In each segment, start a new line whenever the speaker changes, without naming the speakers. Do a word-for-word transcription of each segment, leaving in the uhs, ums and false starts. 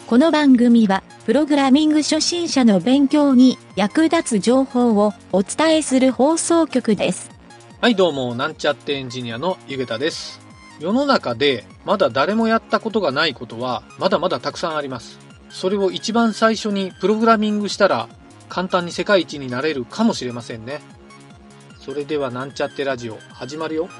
この番組は、プログラミング初心者の勉強に役立つ情報をお伝えする放送局です。
はい、どうも、なんちゃってエンジニアのゆげたです。世の中でまだ誰もやったことがないことはまだまだたくさんあります。それを一番最初にプログラミングしたら簡単に世界一になれるかもしれませんね。それではなんちゃってラジオ始まるよ。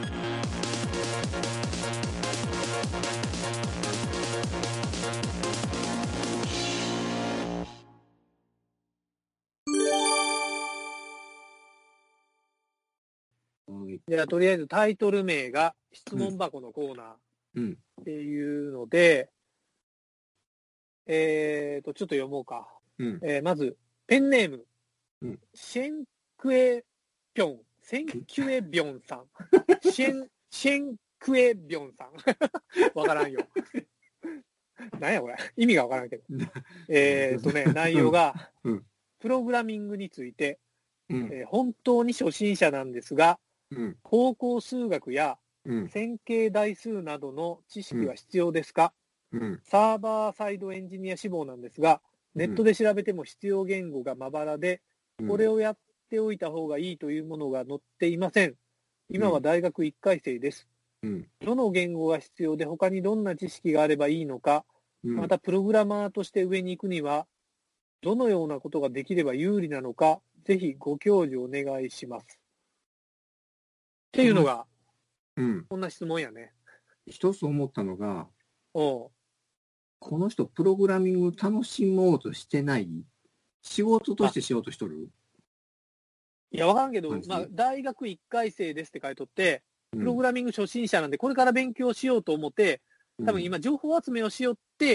じゃあとりあえずタイトル名が質問箱のコーナーっていうので、うん、えーとちょっと読もうか、うんえー、まずペンネーム、うん、シェンクエピョンシェンキュエビョンさんシェンシェンクエビョンさんわからんよなんやこれ意味がわからんけどえーとね内容が、うん、プログラミングについて、うんえー、本当に初心者なんですがうん、高校数学や線形代数などの知識は必要ですか、うん、サーバーサイドエンジニア志望なんですが、ネットで調べても必要言語がまばらで、うん、これをやっておいた方がいいというものが載っていません。今は大学いっかい生です。うん、どの言語が必要で他にどんな知識があればいいのか、うん、またプログラマーとして上に行くにはどのようなことができれば有利なのか、ぜひご教授お願いします。っていうのが、うん、こんな質問やね。
一つ思ったのが、おこの人プログラミング楽しもうとしてない？仕事としてしようとしとる？
いや、わからんけど、まあ、大学いっかい生ですって書いとって、プログラミング初心者なんで、これから勉強しようと思って、多分今、情報集めをしよって、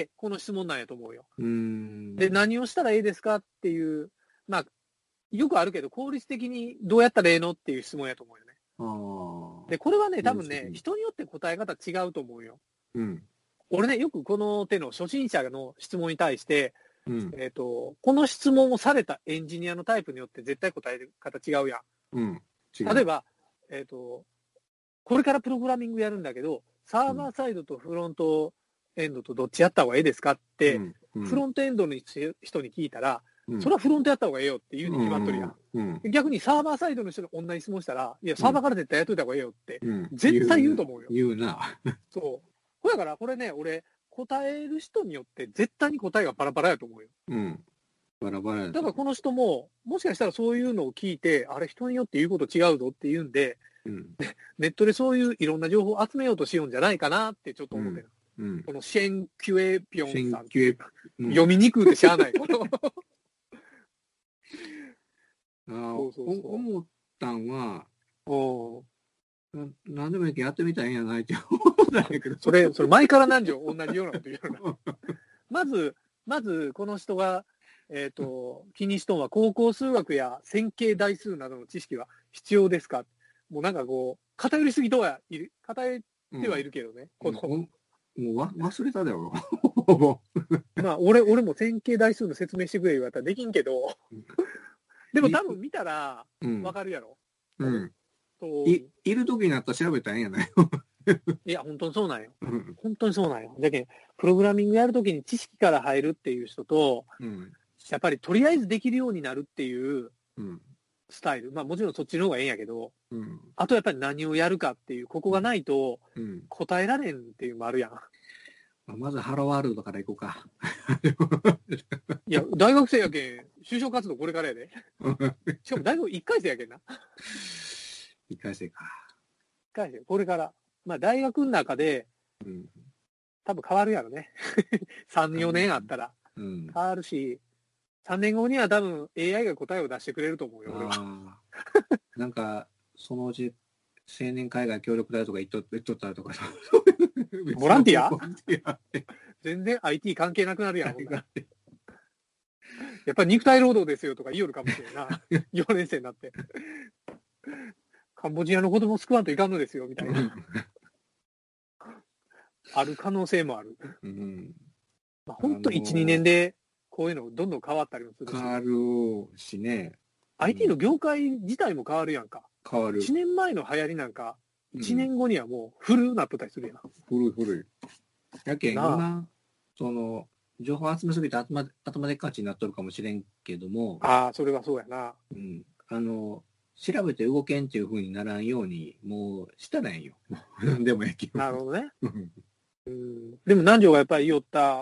この質問なんやと思うよ。うん、で、何をしたらいいですかっていう、まあ、よくあるけど、効率的にどうやったらええのっていう質問やと思うよね。あで、これはね、多分ね、人によって答え方違うと思うよ。うん、俺ね、よくこの手の初心者の質問に対して、うん、えっと、この質問をされたエンジニアのタイプによって絶対答え方違うやん。うん、例えば、えっと、これからプログラミングやるんだけど、サーバーサイドとフロントエンドとどっちやった方がいいですかって、うんうん、フロントエンドの人に聞いたら、うん、それはフロントやった方がええよって言うに決まっとるやん。うんうん、逆にサーバーサイドの人に同じ質問したら、いや、サーバーから絶対やっといた方がええよって、うん、絶対言うと思うよ。
言うな。
そう。これだから、これね、俺、答える人によって絶対に答えがバラバラやと思うよ。うん。
バラバラや。
だからこの人も、もしかしたらそういうのを聞いて、あれ、人によって言うこと違うぞって言うんで、うん、ネットでそういういろんな情報を集めようとしようんじゃないかなってちょっと思ってる。うんうん、このシェン・キュエピョンさん。うん、読みにくいってしゃあない。
あそうそうそう思ったんは、おな何でもいいけどやってみたらいいんやないって思ったんやけど。
それ、それ前から何時同じようなこと言うよな。まず、まず、この人が、えっ、ー、と、気にしとんは、高校数学や線形代数などの知識は必要ですか？もうなんかこう、偏りすぎとはいる、偏ってはいるけどね。うん、この
もうわ忘れただよ。
まあ、俺、俺も線形代数の説明してくれ言われたらできんけど、でも多分見たらわかるやろ。
うん。うん、そうい、いる時になったら調べたらええんやない
いや、本当にそうなんよ。本当にそうなんよ。だけど、プログラミングやるときに知識から入るっていう人と、うん、やっぱりとりあえずできるようになるっていうスタイル。まあもちろんそっちの方がいいんやけど、うん、あとやっぱり何をやるかっていう、ここがないと答えられんっていうのもあるやん。
うん、まずハローワールドから行こうか。
いや、大学生やけん、就職活動これからやで。しかも大学いっかい生やけんな。
いっかい生か。
いっかい生、これから。まあ大学の中で、うん、多分変わるやろね。さん、よねんあったら。うん、変わるし、さんねんごには多分 エーアイ が答えを出してくれると思うよ、俺は。
なんか、そのうち青年海外協力隊とか言っと言っとったりとか。
ボランティア全然 アイティー 関係なくなるやん。やっぱり肉体労働ですよとか言いよるかもしれんな。よねん生になって。カンボジアの子供救わんといかんのですよ、みたいな。ある可能性もある。うん、まあ、本当いち、にねんでこういうのどんどん変わったりもするし。
変わるしね。
アイティー の業界自体も変わるやんか。
変わる。
いちねんまえの流行りなんか、いちねんごにはもう古なってたりするやん。
古い古い。やけん今、その、 情報集めすぎて頭頭でっかちになっとるかもしれんけども。
ああ、それはそうやな。
うん。あの、調べて動けんっていう風にならんように、もうしたらえんよ。でもやけど。
なるほどね。うん。でも南條がやっぱり言おった、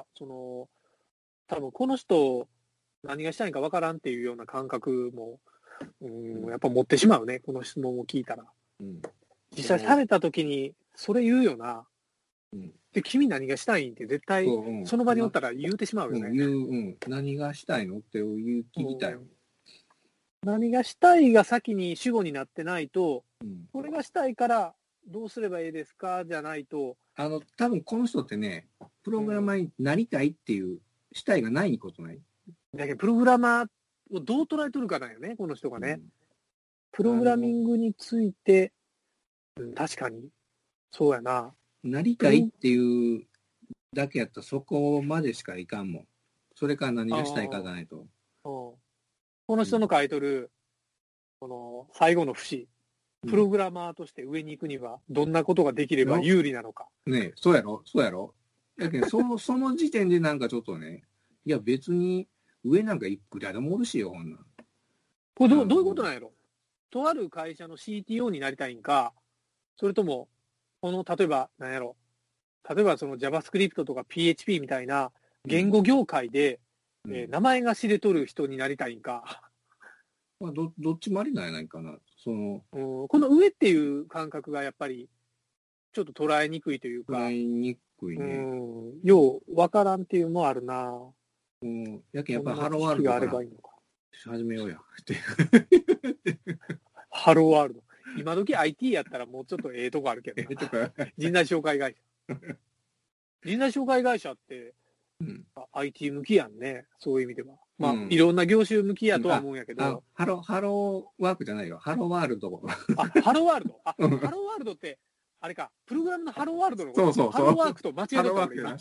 その、多分この人、何がしたいかわからんっていうような感覚も、うん、やっぱ持ってしまうね、この質問を聞いたら。うん、実際された時に、それ言うよな。うん、で、君何がしたいんって絶対、その場におったら言うてしまうよね。
うん、言う、うん。何がしたいのって言う、聞きたいよ。うん、
何がしたいが先に主語になってないと、うん、これがしたいからどうすればいいですかじゃないと。
あの、多分この人ってね、プログラマーになりたいっていう、したいがないことない。
だけど、プログラマーをどう捉えとるかなんよね、この人がね。うん、プログラミングについて、うん、確かに、そうやな。
なりたいっていうだけやったらそこまでしかいかんもん。それから何がしたいかがないと。
この人の書いとる、この最後の節、プログラマーとして上に行くにはどんなことができれば有利なのか。
ねえ、そうやろそうやろだけどその、その時点でなんかちょっとね、いや別に上なんかいくらでもおるしよ、ほんなん。
これどう、どういうことなんやろとある会社の シーティーオー になりたいんか、それとも、この、例えば、なんやろ例えばその JavaScript とか ピーエイチピー みたいな言語業界で、うんえー、名前が知れとる人になりたいんか。
まあ、ど, どっちもありなんやないかな。その、
うん、この上っていう感覚がやっぱり、ちょっと捉えにくいというか。
捉えにくいね。
うん、よう、わからんっていうのもあるな。
うん、やけんやっぱりハローワールドから始めようや。
ハローワールド。今時 アイティー やったらもうちょっとええとこあるけど。人材紹介会社。人材紹介会社って、うん、アイティー 向きやんね。そういう意味では。まあ、うん、いろんな業種向きやとは思うんやけど。
ああハロー、ハローワークじゃないよ。ハローワールド。
あ、ハローワールド。あ、ハローワールドって、あれか、プログラムのハローワールドのこと。
そうそうそう。
ハローワークと間違えたから今。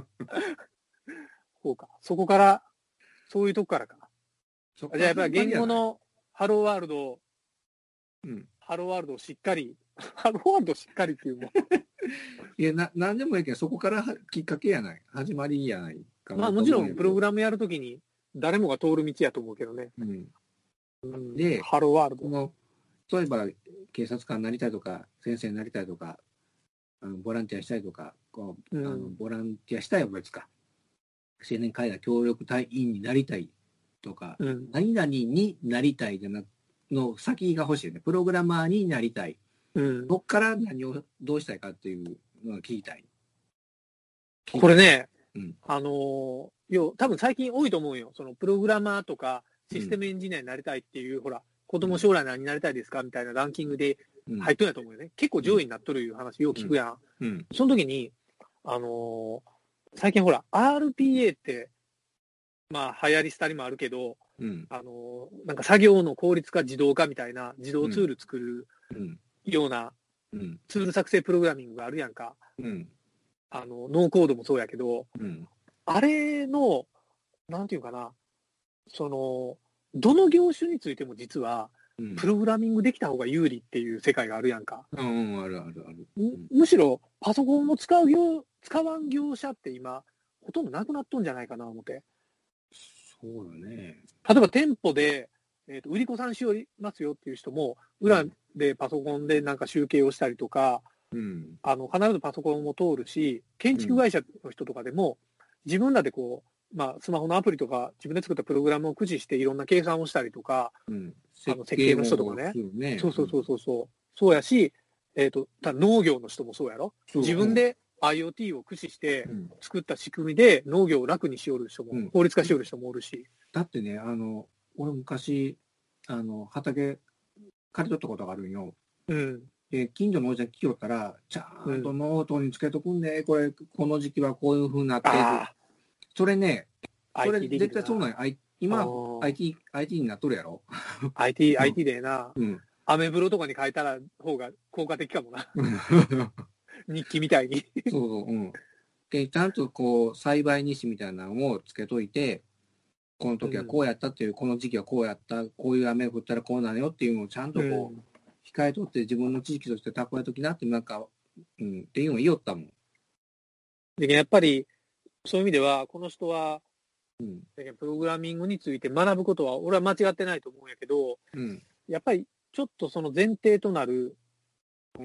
そうか。そこから、そういうとこからか。じゃあやっぱり言語のハローワールド、うん、ハローワールドをしっかり、ハローワールドしっかりっていうもん。
いや、な、なんでもいいけど、そこからきっかけやない。始まりやない
かな。まあもちろん、プログラムやるときに、誰もが通る道やと思うけどね。
うん。で、
ハローワールド。
この、例えば、警察官になりたいとか、先生になりたいとか、あのボランティアしたいとか、こう、うん、あのボランティアしたいは別か。青年海外協力隊員になりたいとか、うん、何々になりたいじゃなくの先が欲しいよね。プログラマーになりたい。うん、どっから何をどうしたいかっていうのが聞きたい。
これね、うん、あのー、要多分最近多いと思うよ。そのプログラマーとかシステムエンジニアになりたいっていう、うん、ほら、子供将来何になりたいですかみたいなランキングで入っとんやと思うよね。結構上位になっとるいう話よう聞くやん。うんうん、その時に、あのー、最近ほら、アールピーエー って、まあ流行り廃りもあるけど、うん、あのー、なんか作業の効率化自動化みたいな自動ツール作るようなツール作成プログラミングがあるやんか。うん、あの、ノーコードもそうやけど、うん、あれの、なんていうかな、その、どの業種についても実は、プログラミングできた方が有利っていう世界があるやんか。
うん、うん、あるあるある。
む, むしろ、パソコンを使う業、使わん業者って今、ほとんどなくなっとんじゃないかな、思って。
そうだね。
例えば店舗で、えーと、売り子さんしよりますよっていう人も、裏でパソコンでなんか集計をしたりとか、うん、あの必ずパソコンも通るし、建築会社の人とかでも、自分らでこう、まあ、スマホのアプリとか、自分で作ったプログラムを駆使していろんな計算をしたりとか、うん、あの設計の人とかね、ねそうそうそうそうそう、うん、そうやし、えーと、た農業の人もそうやろ、自分で IoT を駆使して作った仕組みで農業を楽にしよる人も、うん、効率化しよる人もおるし。
だってね、あの俺昔あの畑借りとったことがあるんよ。うん、で近所のおじちゃん聞きよったら、ちゃんとノートにつけとくんで、これこの時期はこういうふうになってる。それね、それ絶対そうなんよ。今 アイティー アイティー になっとるやろ。
アイティー アイティー でな、うん、アメブロとかに書いたら方が効果的かもな。日記みたいに。
そうそう、うん。でちゃんとこう栽培日誌みたいなのをつけといて。この時はこうやったっていう、うん、この時期はこうやった、こういう雨が降ったらこうなのよっていうのをちゃんとこう、うん、控えとって自分の知識として蓄えときなってなんか、うん、っていうのを言いよったもん。
でやっぱりそういう意味では、この人は、うん、プログラミングについて学ぶことは、俺は間違ってないと思うんやけど、うん、やっぱりちょっとその前提となる、うん、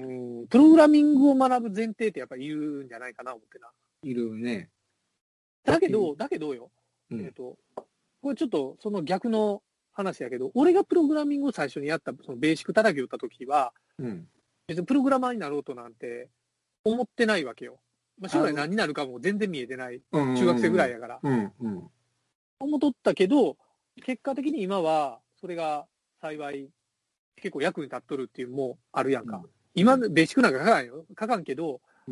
プログラミングを学ぶ前提ってやっぱりいるんじゃないかな、思ってな。
いるね。
だけど、だけどよ、うん、えっと、これちょっとその逆の話やけど、俺がプログラミングを最初にやった、そのベーシック叩きを打ったときは、うん、別にプログラマーになろうとなんて思ってないわけよ。まあ、将来何になるかも全然見えてない。中学生ぐらいやから。うんうん、思っとったけど、結果的に今は、それが幸い、結構役に立っとるっていうのもあるやんか。うん、今、ベーシックなんか書かんよ。書かんけど、うん、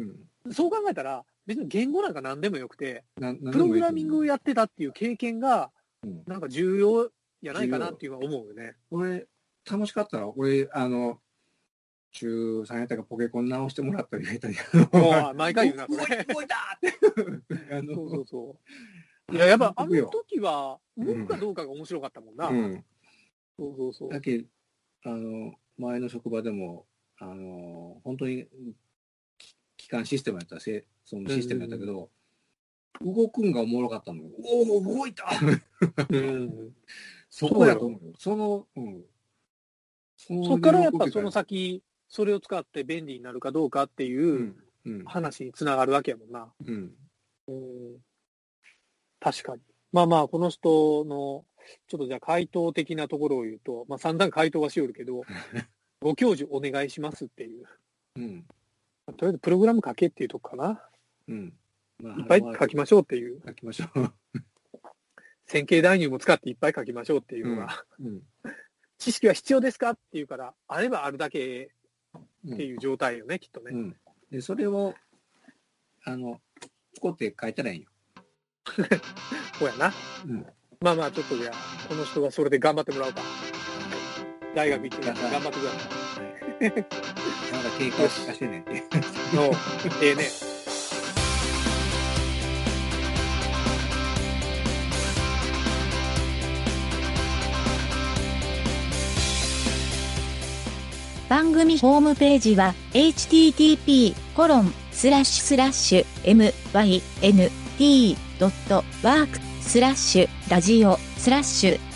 そう考えたら、別に言語なんか何でもよくて、プログラミングをやってたっていう経験が、なんか重要やないかなっていうのは思うよね。
俺、楽しかったら、俺、あの、中さんやったかポケコン直してもらったり言えたり。
もう、毎回言うな、これ。
動いたって。
そうそうそう。いや、やっぱあの時は、動くかどうかが面白かったもんな。うん。そうそうそう。
だけあの、前の職場でも、あの、本当に、機関システムやったら、そのシステムやったけど、うん、動くんがおもろかったのよ。おお、動いたうん、そこやと思うよ。その、うん。
そっからやっぱその先、それを使って便利になるかどうかっていう話につながるわけやもんな。うん。うん、確かに。まあまあ、この人の、ちょっとじゃあ回答的なところを言うと、まあ散々回答はしおるけど、ご教授お願いしますっていう。うん。とりあえずプログラム書けっていうとこかな。うん。まあ、いっぱい書きましょうっていう。
書きましょう。
線形代入も使っていっぱい書きましょうっていうのが、うんうん、知識は必要ですかっていうから、あればあるだけっていう状態よね、うん、きっとね、うん。
で、それを、あの、こうって書いたらいいよ。
そうやな。うん、まあまあ、ちょっとじゃあ、この人はそれで頑張ってもらおうか。大学行って頑張ってください。
まだ経過しかしてねって。
の、ええね。
番組ホームページは エイチティーティーピーコロンスラッシュスラッシュエムワイエヌティードットワークスラッシュラジオスラッシュ